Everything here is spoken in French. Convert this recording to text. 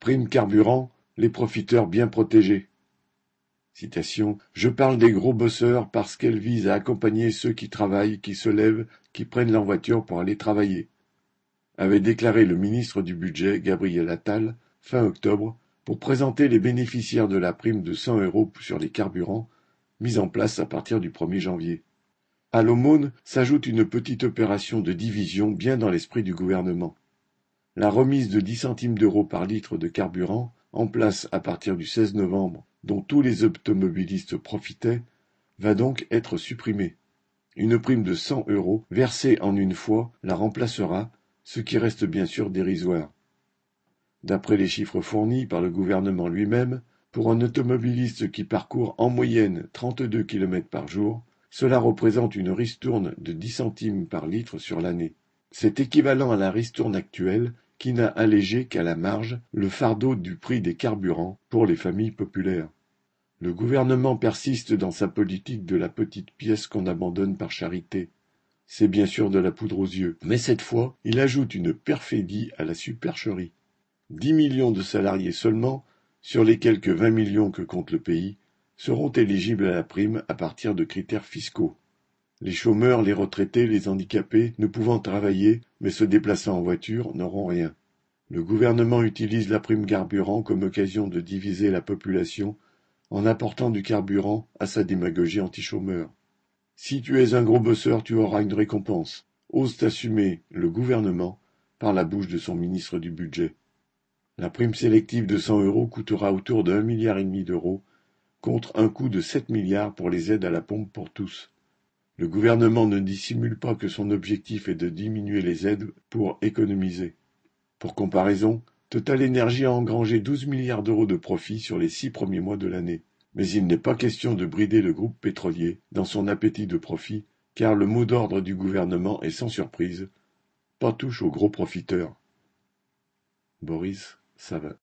Prime carburant, les profiteurs bien protégés. Citation. Je parle des gros bosseurs parce qu'elle vise à accompagner ceux qui travaillent, qui se lèvent, qui prennent leur voiture pour aller travailler, avait déclaré le ministre du Budget, Gabriel Attal, fin octobre, pour présenter les bénéficiaires de la prime de 100 € sur les carburants, mise en place à partir du 1er janvier. À l'aumône s'ajoute une petite opération de division bien dans l'esprit du gouvernement. La remise de 10 centimes d'euros par litre de carburant, en place à partir du 16 novembre, dont tous les automobilistes profitaient, va donc être supprimée. Une prime de 100 € versée en une fois la remplacera, ce qui reste bien sûr dérisoire. D'après les chiffres fournis par le gouvernement lui-même, pour un automobiliste qui parcourt en moyenne 32 km par jour, cela représente une ristourne de 10 centimes par litre sur l'année. C'est équivalent à la ristourne actuelle qui n'a allégé qu'à la marge le fardeau du prix des carburants pour les familles populaires. Le gouvernement persiste dans sa politique de la petite pièce qu'on abandonne par charité. C'est bien sûr de la poudre aux yeux, mais cette fois, il ajoute une perfidie à la supercherie. 10 millions de salariés seulement, sur les quelques 20 millions que compte le pays, seront éligibles à la prime à partir de critères fiscaux. Les chômeurs, les retraités, les handicapés, ne pouvant travailler, mais se déplaçant en voiture, n'auront rien. Le gouvernement utilise la prime carburant comme occasion de diviser la population en apportant du carburant à sa démagogie anti-chômeur. Si tu es un gros bosseur, tu auras une récompense, ose t'assumer le gouvernement par la bouche de son ministre du Budget. La prime sélective de 100 € coûtera autour de 1,5 milliard d'euros, contre un coût de 7 milliards pour les aides à la pompe pour tous. Le gouvernement ne dissimule pas que son objectif est de diminuer les aides pour économiser. Pour comparaison, Total Energy a engrangé 12 milliards d'euros de profit sur les 6 premiers mois de l'année. Mais il n'est pas question de brider le groupe pétrolier dans son appétit de profit, car le mot d'ordre du gouvernement est sans surprise: pas touche aux gros profiteurs. Boris Savin.